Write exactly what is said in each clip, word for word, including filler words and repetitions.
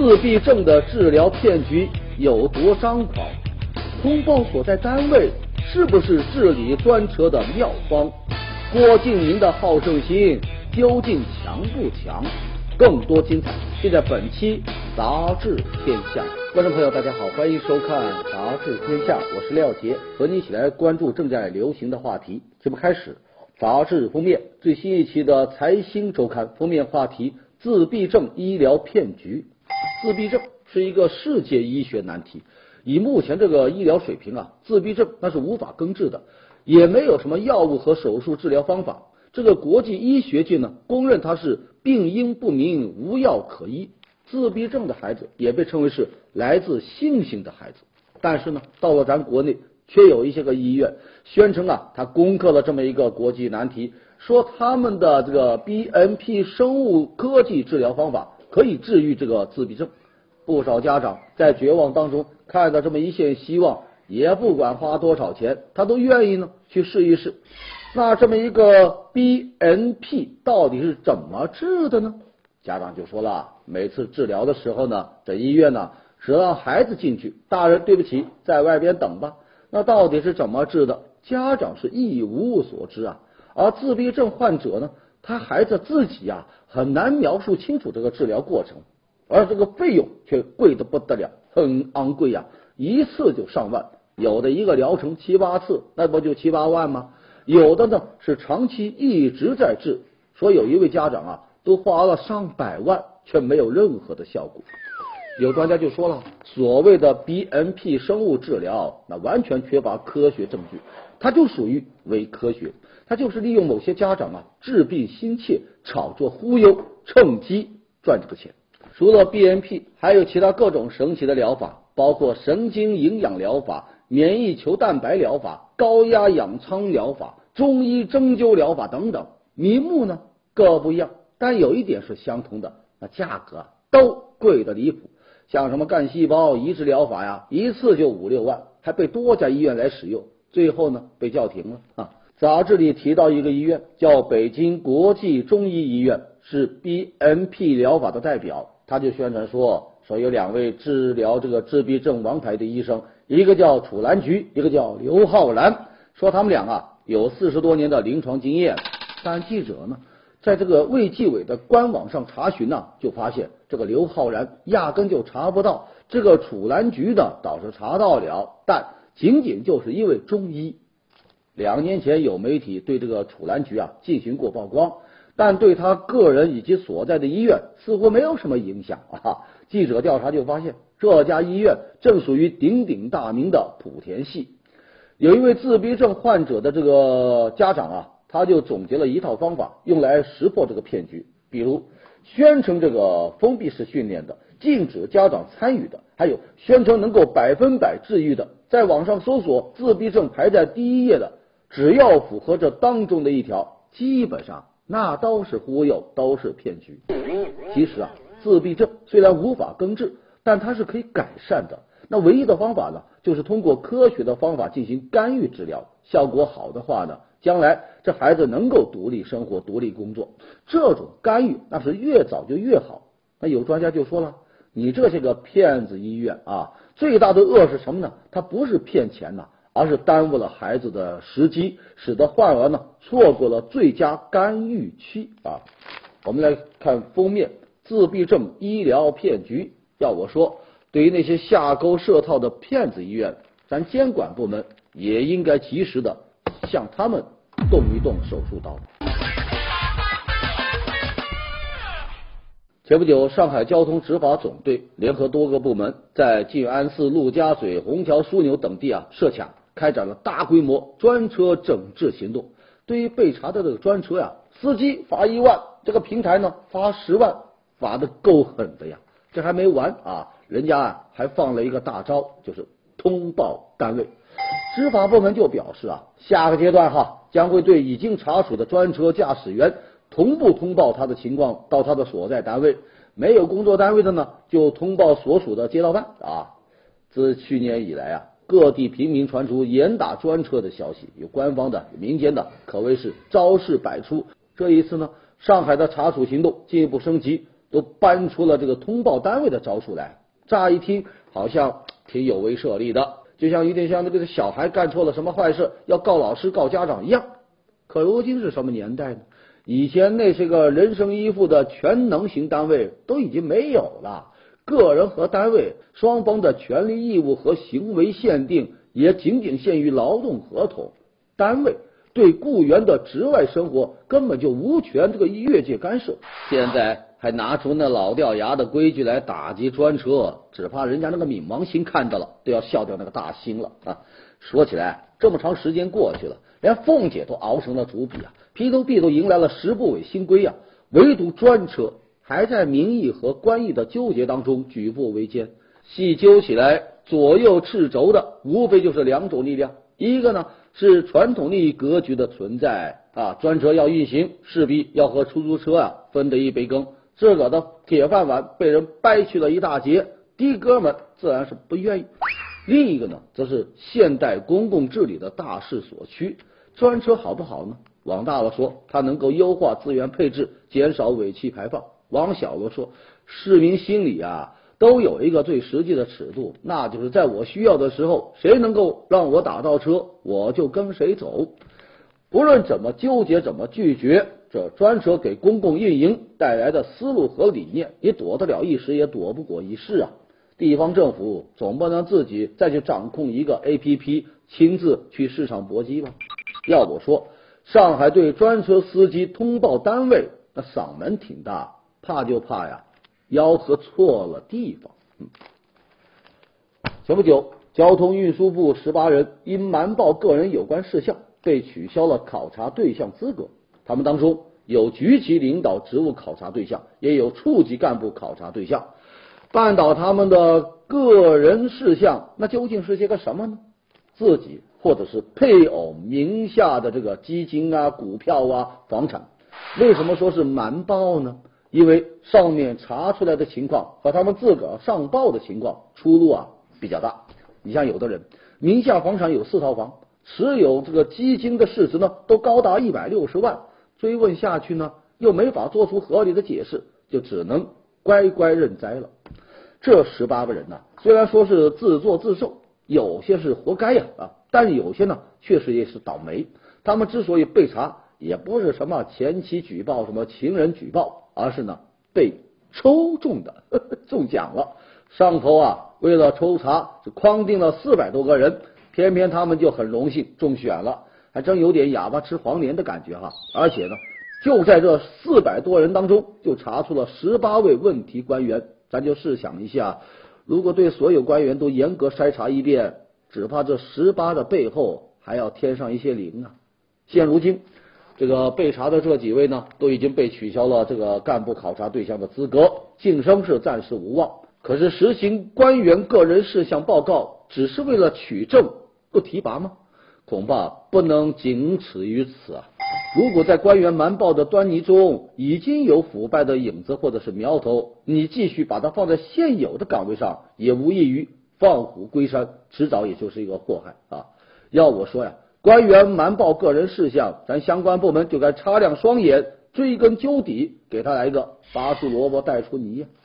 自闭症的治疗骗局有多张狂？通报所在单位是不是治理专车的妙方？郭敬明的好胜心究竟强不强？更多精彩尽在本期杂志天下。观众朋友大家好，欢迎收看杂志天下，我是廖杰，和你一起来关注正在流行的话题。节目开始，杂志封面最新一期的财新周刊封面话题：自闭症医疗骗局。自闭症是一个世界医学难题，以目前这个医疗水平啊，自闭症那是无法根治的，也没有什么药物和手术治疗方法。这个国际医学界呢，公认它是病因不明，无药可医。自闭症的孩子也被称为是来自星星的孩子。但是呢，到了咱国内，却有一些个医院宣称啊，他攻克了这么一个国际难题，说他们的这个 B N P 生物科技治疗方法可以治愈这个自闭症。不少家长在绝望当中看到这么一线希望，也不管花多少钱，他都愿意呢去试一试。那这么一个 B N P 到底是怎么治的呢？家长就说了，每次治疗的时候呢，这医院呢只让孩子进去，大人对不起，在外边等吧。那到底是怎么治的？家长是一无所知啊。而自闭症患者呢，他孩子自己啊很难描述清楚这个治疗过程，而这个费用却贵得不得了，很昂贵啊，一次就上万，有的一个疗程七八次，那不就七八万吗？有的呢是长期一直在治，说有一位家长啊都花了上百万，却没有任何的效果。有专家就说了，所谓的 B N P 生物治疗，那完全缺乏科学证据，它就属于伪科学，它就是利用某些家长啊治病心切，炒作忽悠，趁机赚这个钱。除了 B N P， 还有其他各种神奇的疗法，包括神经营养疗法、免疫球蛋白疗法、高压氧舱疗法、中医针灸疗法等等，名目呢各不一样，但有一点是相同的，那价格都贵得离谱。像什么干细胞移植疗法呀，一次就五六万，还被多家医院来使用，最后呢被叫停了啊。杂志里提到一个医院叫北京国际中医医院，是 B N P 疗法的代表，他就宣传说说有两位治疗这个自闭症王牌的医生，一个叫楚兰菊，一个叫刘浩然，说他们俩啊有四十多年的临床经验。但记者呢在这个卫计委的官网上查询呢，就发现这个刘浩然压根就查不到，这个楚兰菊呢倒是查到了，但仅仅就是一位中医。两年前有媒体对这个楚兰菊啊进行过曝光，但对他个人以及所在的医院似乎没有什么影响啊。记者调查就发现，这家医院正属于鼎鼎大名的莆田系。有一位自闭症患者的这个家长啊，他就总结了一套方法，用来识破这个骗局。比如宣称这个封闭式训练的，禁止家长参与的，还有宣称能够百分百治愈的，在网上搜索自闭症排在第一页的，只要符合这当中的一条，基本上那都是忽悠，都是骗局。其实啊，自闭症虽然无法根治，但它是可以改善的。那唯一的方法呢，就是通过科学的方法进行干预治疗，效果好的话呢，将来这孩子能够独立生活、独立工作。这种干预那是越早就越好。那有专家就说了，你这些个骗子医院啊，最大的恶是什么呢？它不是骗钱呐，而是耽误了孩子的时机，使得患儿呢错过了最佳干预期啊。我们来看封面，自闭症医疗骗局。要我说，对于那些下钩设套的骗子医院，咱监管部门也应该及时的向他们动一动手术刀。前不久，上海交通执法总队联合多个部门，在静安寺、陆家嘴、虹桥枢纽等地啊设卡，开展了大规模专车整治行动。对于被查的这个专车呀、啊，司机罚一万，这个平台呢罚十万，罚的够狠的呀。这还没完啊，人家啊还放了一个大招，就是通报单位。执法部门就表示啊，下个阶段哈将会对已经查处的专车驾驶员同步通报他的情况到他的所在单位，没有工作单位的呢，就通报所属的街道办啊。自去年以来啊，各地频频传出严打专车的消息，有官方的，有民间的，可谓是招式百出。这一次呢，上海的查处行动进一步升级， 都搬出了这个通报单位的招数来。乍一听好像挺有威慑力的，就像有点像那个小孩干错了什么坏事要告老师告家长一样。可如今是什么年代呢？以前那些个人生依附的全能型单位都已经没有了，个人和单位双方的权利义务和行为限定也仅仅限于劳动合同，单位对雇员的职外生活根本就无权这个越界干涉。现在还拿出那老掉牙的规矩来打击专车，只怕人家那个冥王星看到了都要笑掉那个大星了啊！说起来，这么长时间过去了，连凤姐都熬成了主笔啊 ，P to P 都迎来了十部委新规啊，唯独专车还在民意和官意的纠结当中举步维艰。细究起来，左右掣肘的无非就是两种力量，一个呢是传统利益格局的存在啊，专车要运行，势必要和出租车啊分得一杯羹。这个的铁饭碗被人掰去了一大截，的哥们自然是不愿意。另一个呢，则是现代公共治理的大势所趋。专车好不好呢？往大了说，它能够优化资源配置，减少尾气排放；往小了说，市民心里啊都有一个最实际的尺度，那就是在我需要的时候，谁能够让我打到车，我就跟谁走。不论怎么纠结，怎么拒绝，这专车给公共运营带来的思路和理念，你躲得了一时，也躲不过一世啊！地方政府总不能自己再去掌控一个 A P P， 亲自去市场搏击吧？要我说，上海对专车司机通报单位那嗓门挺大，怕就怕呀，吆喝错了地方。嗯，前不久，交通运输部十八人因瞒报个人有关事项，被取消了考察对象资格。他们当中有局级领导职务考察对象，也有处级干部考察对象。绊倒他们的个人事项，那究竟是些个什么呢？自己或者是配偶名下的这个基金啊、股票啊、房产。为什么说是瞒报呢？因为上面查出来的情况和他们自个儿上报的情况出入啊比较大。你像有的人名下房产有四套房，持有这个基金的市值呢都高达一百六十万，追问下去呢又没法做出合理的解释，就只能乖乖认栽了。这十八个人呢，虽然说是自作自受，有些是活该呀啊，但有些呢确实也是倒霉。他们之所以被查，也不是什么前妻举报、什么情人举报，而是呢被抽中的呵呵中奖了。上头啊为了抽查，就框定了四百多个人，偏偏他们就很荣幸中选了，还真有点哑巴吃黄连的感觉哈。而且呢，就在这四百多人当中，就查出了十八位问题官员。咱就试想一下，如果对所有官员都严格筛查一遍，只怕这十八的背后还要添上一些零啊。现如今，这个被查的这几位呢，都已经被取消了这个干部考察对象的资格，晋升是暂时无望。可是实行官员个人事项报告，只是为了取证不提拔吗？恐怕不能仅此于此啊！如果在官员瞒报的端倪中已经有腐败的影子或者是苗头，你继续把它放在现有的岗位上，也无异于放虎归山，迟早也就是一个祸害啊！要我说呀，官员瞒报个人事项，咱相关部门就该擦亮双眼，追根究底，给他来一个拔出萝卜带出泥呀！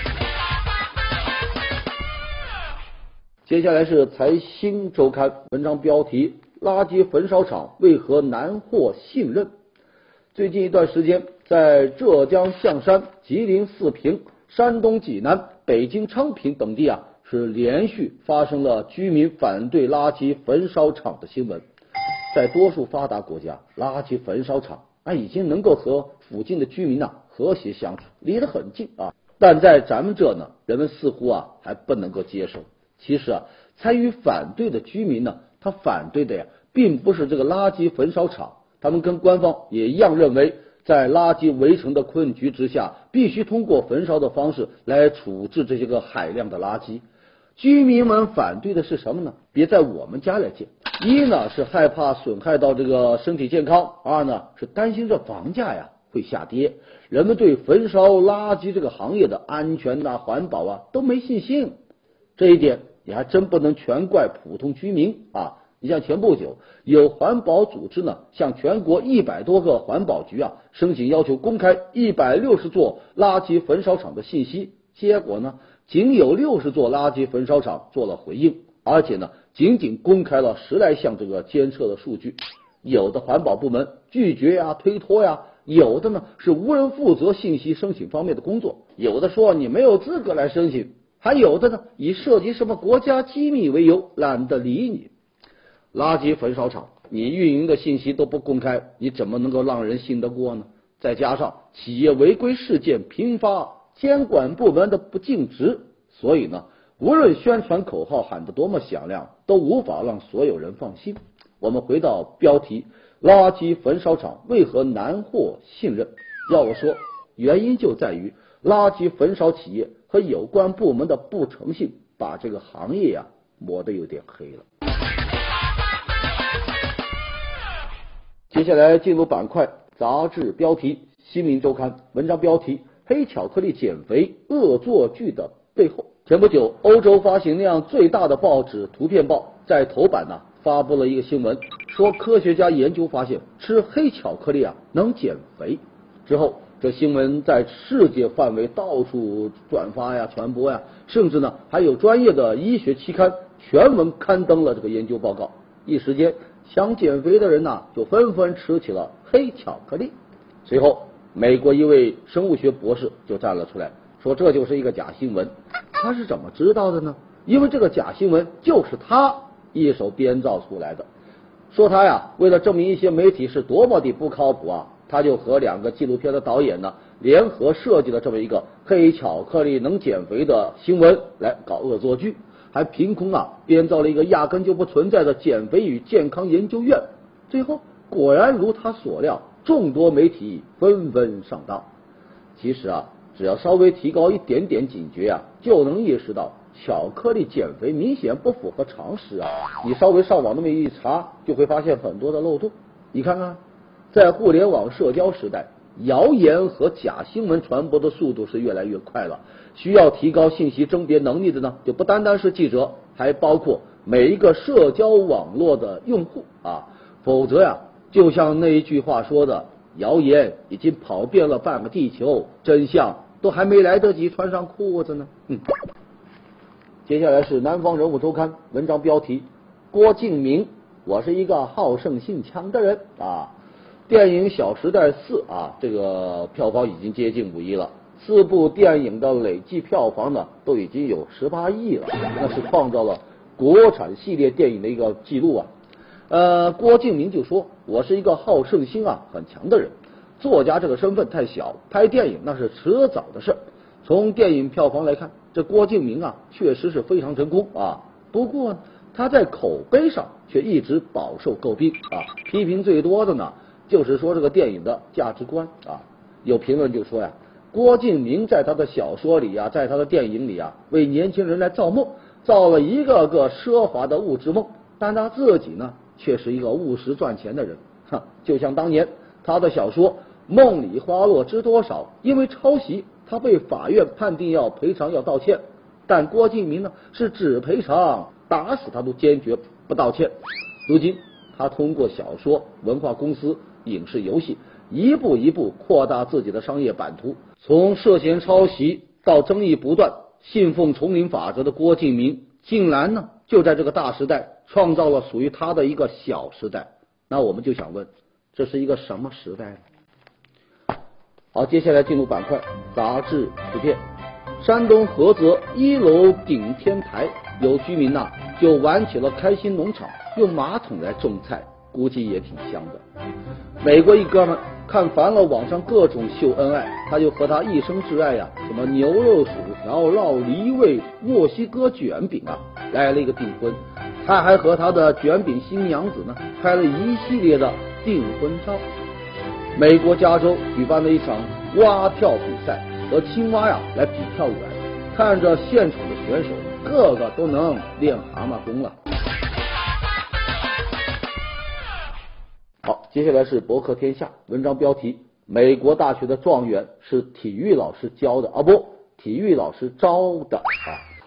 接下来是财新周刊文章标题：垃圾焚烧厂为何难获信任？最近一段时间，在浙江象山、吉林四平、山东济南、北京昌平等地啊，是连续发生了居民反对垃圾焚烧厂的新闻。在多数发达国家，垃圾焚烧厂啊已经能够和附近的居民啊和谐相处，离得很近啊。但在咱们这呢，人们似乎啊还不能够接受。其实啊，参与反对的居民呢，他反对的呀，并不是这个垃圾焚烧厂，他们跟官方也一样认为，在垃圾围城的困局之下，必须通过焚烧的方式来处置这些个海量的垃圾。居民们反对的是什么呢？别在我们家来建。一呢是害怕损害到这个身体健康，二呢是担心这房价呀会下跌。人们对焚烧垃圾这个行业的安全呐、环保啊都没信心。这一点你还真不能全怪普通居民啊！ 你像前不久有环保组织呢，向全国一百多个环保局啊申请要求公开一百六十座垃圾焚烧厂的信息，结果呢，仅有六十座垃圾焚烧厂做了回应，而且呢，仅仅公开了十来项这个监测的数据。有的环保部门拒绝呀、推脱呀，有的呢是无人负责信息申请方面的工作，有的说你没有资格来申请，还有的呢以涉及什么国家机密为由懒得理你。垃圾焚烧厂你运营的信息都不公开，你怎么能够让人信得过呢？再加上企业违规事件频发，监管部门的不尽职，所以呢，无论宣传口号喊得多么响亮，都无法让所有人放心。我们回到标题，垃圾焚烧厂为何难获信任？要我说，原因就在于垃圾焚烧企业和有关部门的不诚信，把这个行业呀、啊、磨得有点黑了。接下来进入板块，杂志标题，新民周刊文章标题，黑巧克力减肥恶作剧的背后。前不久，欧洲发行量最大的报纸《图片报》在头版呢发布了一个新闻，说科学家研究发现吃黑巧克力啊能减肥。之后，这新闻在世界范围到处转发呀、传播呀，甚至呢还有专业的医学期刊全文刊登了这个研究报告。一时间，想减肥的人呢就纷纷吃起了黑巧克力。随后，美国一位生物学博士就站了出来，说这就是一个假新闻。他是怎么知道的呢？因为这个假新闻就是他一手编造出来的。说他呀，为了证明一些媒体是多么的不靠谱啊，他就和两个纪录片的导演呢联合设计了这么一个黑巧克力能减肥的新闻来搞恶作剧，还凭空啊编造了一个压根就不存在的减肥与健康研究院。最后果然如他所料，众多媒体纷纷上当。其实啊，只要稍微提高一点点警觉啊，就能意识到巧克力减肥明显不符合常识啊！你稍微上网那么一查，就会发现很多的漏洞。你看看，在互联网社交时代，谣言和假新闻传播的速度是越来越快了。需要提高信息甄别能力的呢，就不单单是记者，还包括每一个社交网络的用户啊。否则呀，就像那一句话说的，谣言已经跑遍了半个地球，真相都还没来得及穿上裤子呢。嗯。接下来是南方人物周刊文章标题，郭敬明，我是一个好胜心强的人啊。电影《小时代四》啊，这个票房已经接近五亿了，四部电影的累计票房呢都已经有十八亿了，那是创造了国产系列电影的一个记录啊。呃，郭敬明就说，我是一个好胜心啊很强的人，作家这个身份太小，拍电影那是迟早的事。从电影票房来看，这郭敬明啊确实是非常成功啊，不过他在口碑上却一直饱受诟病啊，批评最多的呢就是说这个电影的价值观啊。有评论就说呀，郭敬明在他的小说里啊，在他的电影里啊，为年轻人来造梦，造了一个个奢华的物质梦，但他自己呢却是一个务实赚钱的人。哈，就像当年他的小说《梦里花落知多少》，因为抄袭他被法院判定要赔偿要道歉，但郭敬明呢是只赔偿，打死他都坚决不道歉。如今他通过小说、文化公司、影视游戏一步一步扩大自己的商业版图，从涉嫌抄袭到争议不断、信奉丛林法则的郭敬明，竟然呢就在这个大时代创造了属于他的一个小时代。那我们就想问，这是一个什么时代呢？好，接下来进入板块杂志图片。山东菏泽一楼顶天台有居民呐、啊、就玩起了开心农场，用马桶来种菜，估计也挺香的。美国一哥们看烦了网上各种秀恩爱，他就和他一生挚爱呀、啊，什么牛肉薯条、烙梨味、墨西哥卷饼啊，来了一个订婚。他还和他的卷饼新娘子呢拍了一系列的订婚照。美国加州举办了一场蛙跳比赛，和青蛙呀来比跳远，看着现场的选手个个都能练蛤蟆功了。好，接下来是博客天下文章标题，美国大学的状元是体育老师教的啊，不，体育老师招的啊。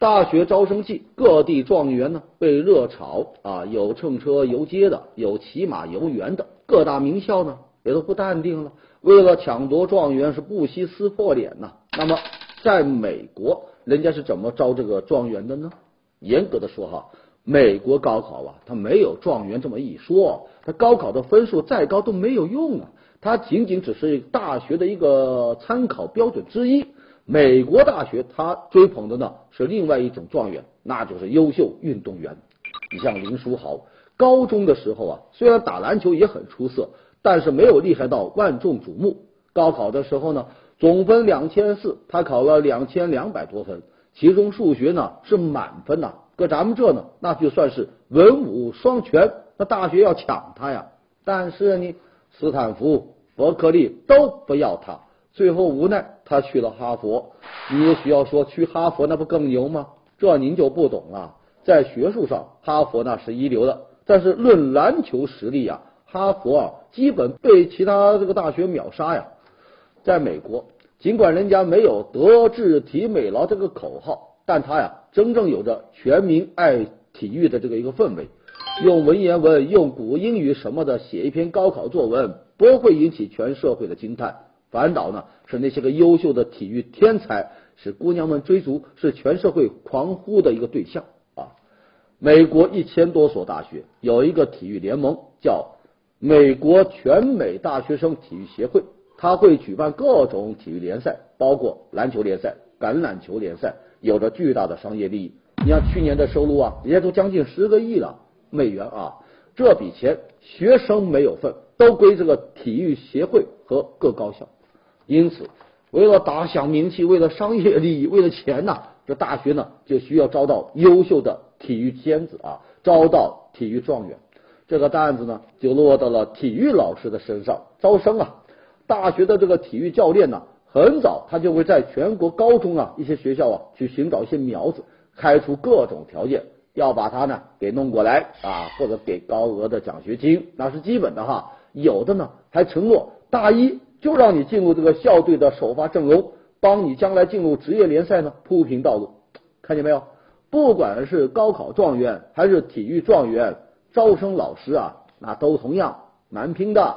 大学招生季，各地状元呢被热炒啊，有乘车游街的，有骑马游园的，各大名校呢也都不淡定了，为了抢夺状元是不惜撕破脸呐。那么在美国，人家是怎么招这个状元的呢？严格的说哈，美国高考啊，它没有状元这么一说，它高考的分数再高都没有用啊，它仅仅只是大学的一个参考标准之一。美国大学他追捧的呢是另外一种状元，那就是优秀运动员。你像林书豪，高中的时候啊，虽然打篮球也很出色，但是没有厉害到万众瞩目。高考的时候呢，总分两千四，他考了两千两百多分，其中数学呢是满分呐、啊。搁咱们这呢，那就算是文武双全，那大学要抢他呀。但是呢，斯坦福、伯克利都不要他。最后无奈他去了哈佛。你也需要说去哈佛那不更牛吗？这您就不懂了。在学术上哈佛那是一流的，但是论篮球实力呀、啊，哈佛啊基本被其他这个大学秒杀呀。在美国，尽管人家没有德智体美劳这个口号，但他呀真正有着全民爱体育的这个一个氛围。用文言文、用古英语什么的写一篇高考作文，不会引起全社会的惊叹。反倒呢是那些个优秀的体育天才，是姑娘们追逐，是全社会狂呼的一个对象啊！美国一千多所大学有一个体育联盟，叫美国全美大学生体育协会，它会举办各种体育联赛，包括篮球联赛、橄榄球联赛，有着巨大的商业利益。你像去年的收入啊，人家都将近十个亿了美元啊！这笔钱学生没有份，都归这个体育协会和各高校。因此，为了打响名气，为了商业利益，为了钱呐、啊，这大学呢就需要招到优秀的体育尖子啊，招到体育状元。这个担子呢就落到了体育老师的身上。招生啊，大学的这个体育教练呢，很早他就会在全国高中啊一些学校啊去寻找一些苗子，开出各种条件，要把他呢给弄过来啊，或者给高额的奖学金，那是基本的哈。有的呢还承诺大一就让你进入这个校队的首发阵容，帮你将来进入职业联赛呢铺平道路。看见没有？不管是高考状元还是体育状元，招生老师啊，那都同样难拼的。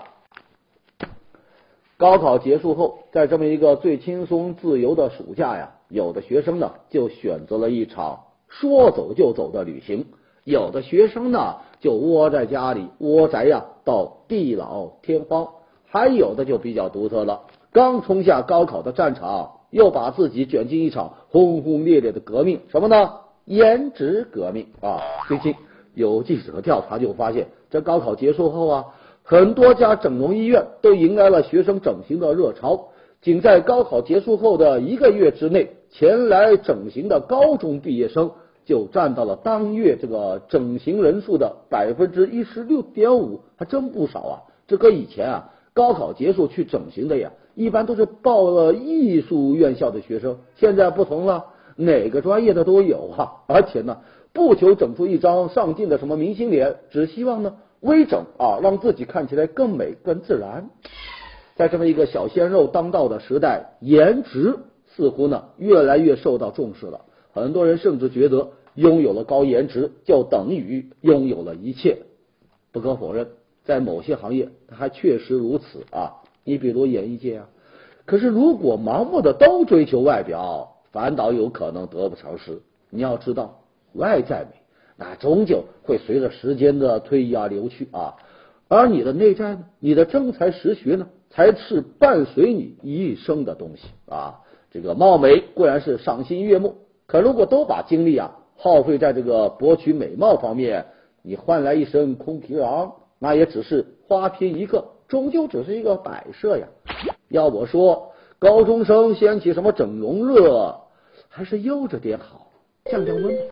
高考结束后，在这么一个最轻松自由的暑假呀，有的学生呢就选择了一场说走就走的旅行，有的学生呢就窝在家里窝宅呀到地老天荒。还有的就比较独特了，刚冲下高考的战场，又把自己卷进一场轰轰烈烈的革命，什么呢？颜值革命啊！最近有记者调查就发现，这高考结束后啊，很多家整容医院都迎来了学生整形的热潮。仅在高考结束后的一个月之内，前来整形的高中毕业生就占到了当月这个整形人数的百分之一十六点五，还真不少啊！这搁以前啊。高考结束去整形的呀，一般都是报了艺术院校的学生。现在不同了，哪个专业的都有啊！而且呢，不求整出一张上镜的什么明星脸，只希望呢微整啊，让自己看起来更美更自然。在这么一个小鲜肉当道的时代，颜值似乎呢越来越受到重视了。很多人甚至觉得拥有了高颜值就等于拥有了一切。不可否认，在某些行业它还确实如此啊，你比如演艺界啊。可是如果盲目的都追求外表，反倒有可能得不偿失。你要知道，外在美那终究会随着时间的推移而流去啊，而你的内在呢，你的真才实学呢，才是伴随你一生的东西啊。这个貌美固然是赏心悦目，可如果都把精力啊耗费在这个博取美貌方面，你换来一身空皮囊，那也只是花瓶一个，终究只是一个摆设呀。要我说，高中生掀起什么整容热，还是悠着点好，降降温。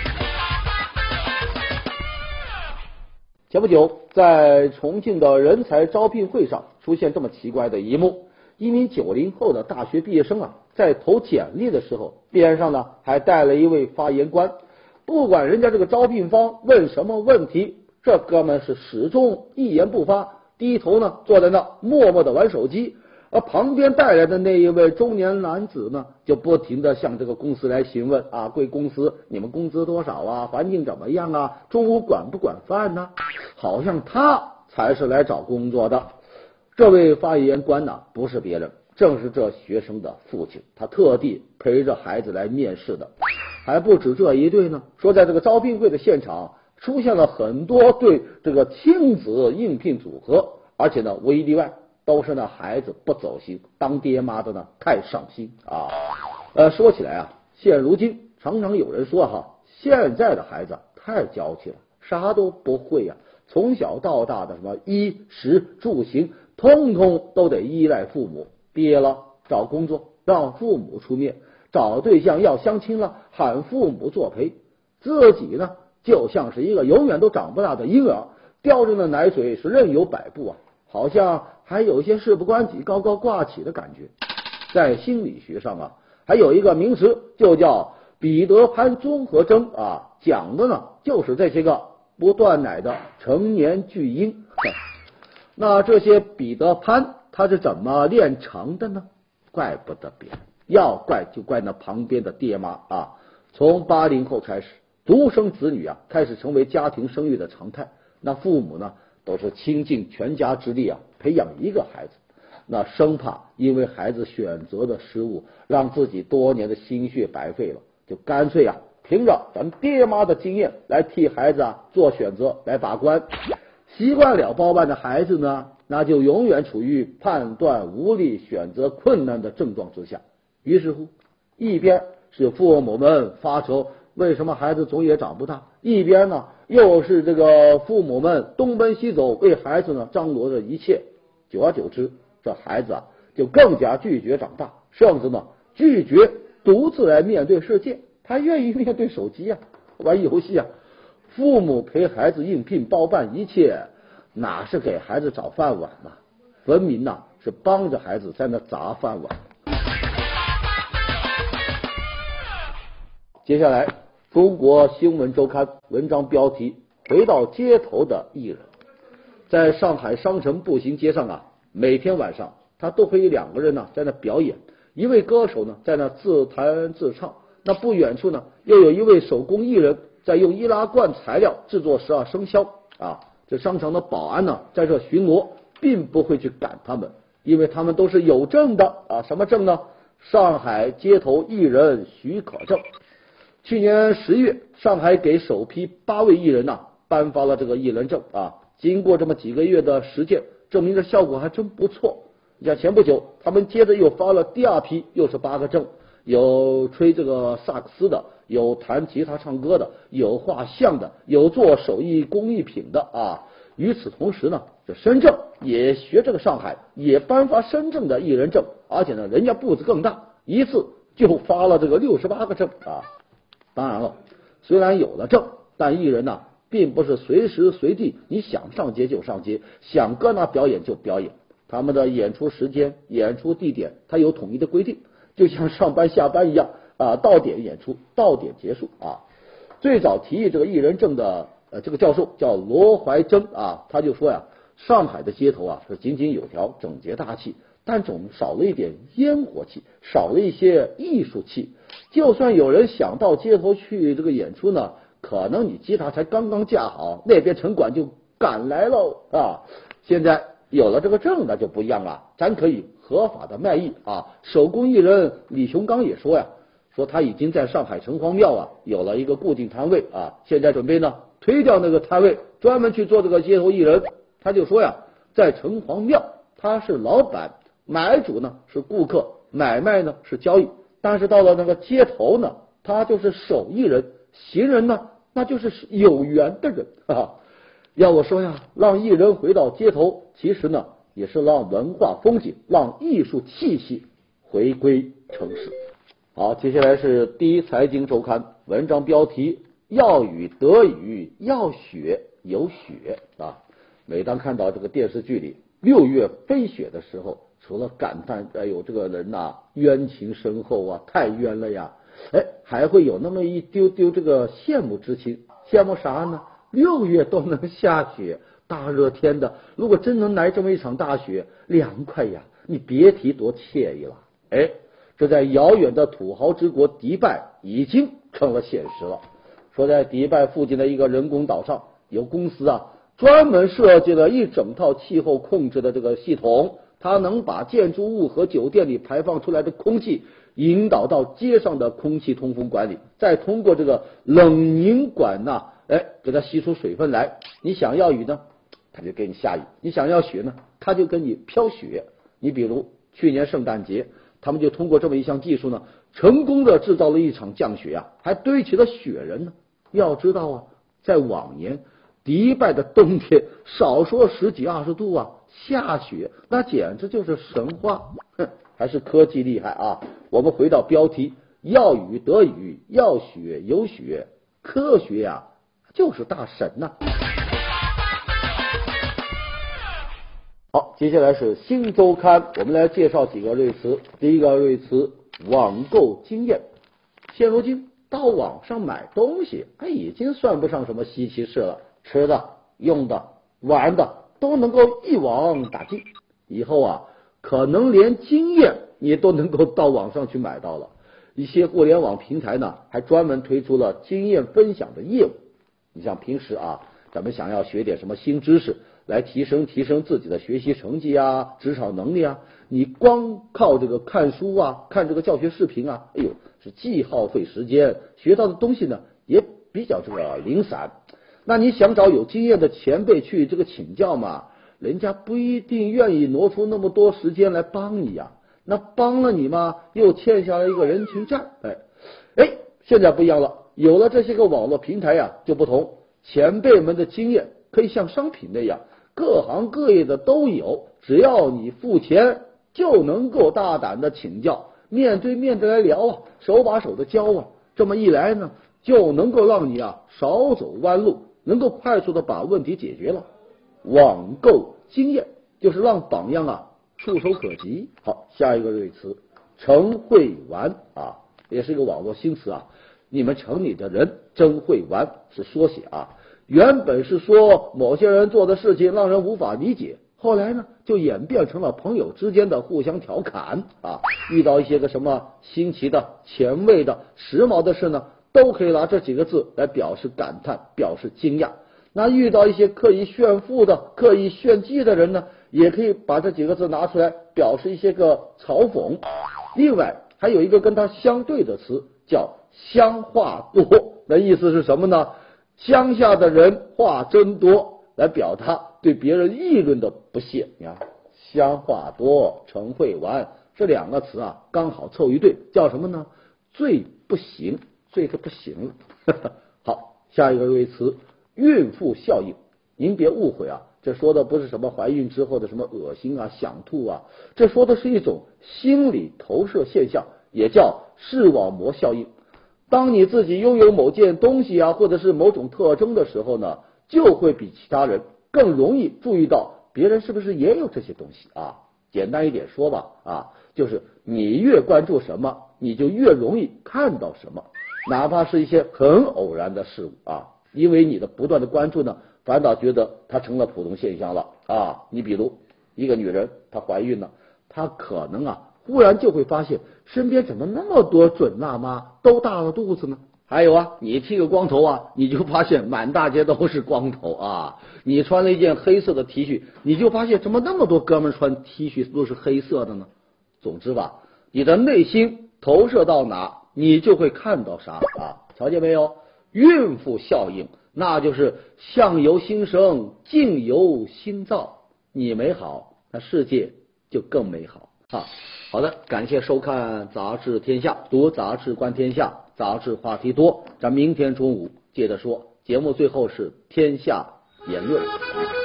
前不久，在重庆的人才招聘会上出现这么奇怪的一幕：一名九零后的大学毕业生啊，在投简历的时候，边上呢还带了一位发言官。不管人家这个招聘方问什么问题，这哥们是始终一言不发，低头呢坐在那默默的玩手机。 而旁边带来的那一位中年男子呢，就不停的向这个公司来询问啊，贵公司你们工资多少啊，环境怎么样啊，中午管不管饭呢？好像他才是来找工作的。这位发言官呢，不是别人，正是这学生的父亲，他特地陪着孩子来面试的。还不止这一对呢，说在这个招聘会的现场出现了很多对这个亲子应聘组合，而且呢无一例外都是那孩子不走心，当爹妈的呢太上心啊。呃，说起来啊，现如今常常有人说哈，现在的孩子太娇气了，啥都不会呀、啊，从小到大的什么衣食住行，通通都得依赖父母。毕业了找工作让父母出面，找对象要相亲了喊父母作陪，自己呢就像是一个永远都长不大的婴儿，叼着那奶嘴是任由摆布啊，好像还有一些事不关己高高挂起的感觉。在心理学上啊，还有一个名词就叫彼得潘综合征啊，讲的呢就是这些个不断奶的成年巨婴。那这些彼得潘他是怎么炼成的呢？怪不得别人，要怪就怪那旁边的爹妈啊。从八零后开始，独生子女啊开始成为家庭生育的常态，那父母呢都是倾尽全家之力啊培养一个孩子，那生怕因为孩子选择的失误让自己多年的心血白费了，就干脆啊凭着咱爹妈的经验来替孩子啊做选择来把关。习惯了包办的孩子呢，那就永远处于判断无力、选择困难的症状之下。于是乎，一边是父母们发愁为什么孩子总也长不大，一边呢又是这个父母们东奔西走为孩子呢张罗着一切。久而久之，这孩子啊就更加拒绝长大，甚至呢拒绝独自来面对世界，他愿意面对手机啊，玩游戏啊。父母陪孩子应聘包办一切，哪是给孩子找饭碗呢？分明呐是帮着孩子在那砸饭碗。接下来，中国新闻周刊文章标题：回到街头的艺人。在上海商城步行街上啊，每天晚上他都会有两个人呢在那表演，一位歌手呢在那自弹自唱，那不远处呢又有一位手工艺人在用易拉罐材料制作十二生肖啊。这商场的保安呢在这巡逻，并不会去赶他们，因为他们都是有证的啊。什么证呢？上海街头艺人许可证。去年十月，上海给首批八位艺人呢、啊、颁发了这个艺人证啊。经过这么几个月的实践，证明这效果还真不错。你像前不久，他们接着又发了第二批，又是八个证，有吹这个萨克斯的，有弹吉他唱歌的，有画像的，有做手艺工艺品的啊。与此同时呢，这深圳也学这个上海，也颁发深圳的艺人证，而且呢，人家步子更大，一次就发了这个六十八个证啊。当然了，虽然有了证，但艺人呢，并不是随时随地你想上街就上街，想搁哪表演就表演。他们的演出时间、演出地点，它有统一的规定，就像上班下班一样啊，到点演出，到点结束啊。最早提议这个艺人证的呃这个教授叫罗怀珍啊，他就说呀，上海的街头啊是井井有条、整洁大气，但总少了一点烟火气，少了一些艺术气。就算有人想到街头去这个演出呢，可能你吉他才刚刚架好，那边城管就赶来了啊。现在有了这个证那就不一样了，咱可以合法的卖艺啊。手工艺人李雄刚也说呀，说他已经在上海城隍庙啊有了一个固定摊位啊，现在准备呢推掉那个摊位，专门去做这个街头艺人。他就说呀，在城隍庙他是老板，买主呢是顾客，买卖呢是交易，但是到了那个街头呢，他就是手艺人，行人呢那就是有缘的人啊。要我说呀，让艺人回到街头，其实呢也是让文化风景、让艺术气息回归城市。好，接下来是第一财经周刊文章标题：要雨得雨，要雪有雪啊。每当看到这个电视剧里六月飞雪的时候，除了感叹哎呦这个人呐、啊、冤情深厚啊，太冤了呀，哎还会有那么一丢丢这个羡慕之情。羡慕啥呢？六月都能下雪，大热天的，如果真能来这么一场大雪，凉快呀， 你别提多惬意了。哎，这在遥远的土豪之国迪拜已经成了现实了。说在迪拜附近的一个人工岛上，有公司啊专门设计了一整套气候控制的这个系统，它能把建筑物和酒店里排放出来的空气引导到街上的空气通风管理，再通过这个冷凝管呐、啊，哎，给它吸出水分来。你想要雨呢，它就给你下雨；你想要雪呢，它就给你飘雪。你比如去年圣诞节，他们就通过这么一项技术呢，成功的制造了一场降雪啊，还堆起了雪人呢。要知道啊，在往年迪拜的冬天，少说十几二十度啊，下雪那简直就是神话。哼，还是科技厉害啊！我们回到标题，要雨得雨，要雪有雪，科学呀、啊、就是大神呐、啊。好，接下来是新周刊，我们来介绍几个锐词。第一个锐词，网购经验。现如今到网上买东西，哎，已经算不上什么稀奇事了，吃的、用的、玩的都能够一网打尽。以后啊，可能连经验你都能够到网上去买到了。一些互联网平台呢，还专门推出了经验分享的业务。你像平时啊，咱们想要学点什么新知识，来提升提升自己的学习成绩啊，职场能力啊，你光靠这个看书啊，看这个教学视频啊，哎呦，是既耗费时间，学到的东西呢也比较这个零散。那你想找有经验的前辈去这个请教嘛，人家不一定愿意挪出那么多时间来帮你呀、啊。那帮了你嘛，又欠下了一个人情债。哎哎，现在不一样了，有了这些个网络平台呀、啊，就不同，前辈们的经验可以像商品那样，各行各业的都有，只要你付钱就能够大胆的请教，面对面的来聊啊，手把手的教啊。这么一来呢，就能够让你啊少走弯路，能够快速的把问题解决了。网购经验就是让榜样啊触手可及。好，下一个锐词，成会玩啊，也是一个网络新词啊。你们城里的人真会玩是缩写啊，原本是说某些人做的事情让人无法理解，后来呢就演变成了朋友之间的互相调侃啊。遇到一些个什么新奇的、前卫的、时髦的事呢，都可以拿这几个字来表示感叹，表示惊讶。那遇到一些刻意炫富的、刻意炫技的人呢，也可以把这几个字拿出来表示一些个嘲讽。另外还有一个跟它相对的词叫乡话多，那意思是什么呢？乡下的人话真多，来表达对别人议论的不屑。你看，乡话多，成会玩，这两个词啊刚好凑一对，叫什么呢？最不行，最的不行了。好，下一个锐词，孕妇效应。您别误会啊，这说的不是什么怀孕之后的什么恶心啊、想吐啊，这说的是一种心理投射现象，也叫视网膜效应。当你自己拥有某件东西啊，或者是某种特征的时候呢，就会比其他人更容易注意到别人是不是也有这些东西啊。简单一点说吧，啊，就是你越关注什么，你就越容易看到什么，哪怕是一些很偶然的事物啊。因为你的不断的关注呢，反倒觉得它成了普通现象了啊。你比如一个女人她怀孕了，她可能啊忽然就会发现身边怎么那么多准辣妈都大了肚子呢？还有啊，你剃个光头啊，你就发现满大街都是光头啊。你穿了一件黑色的 T 恤，你就发现怎么那么多哥们穿 T 恤都是黑色的呢？总之吧，你的内心投射到哪，你就会看到啥啊。瞧见没有？孕妇效应，那就是相由心生，境由心造。你美好，那世界就更美好啊。好的，感谢收看杂志天下，读杂志观天下，杂志话题多，咱明天中午接着说。节目最后是天下言论。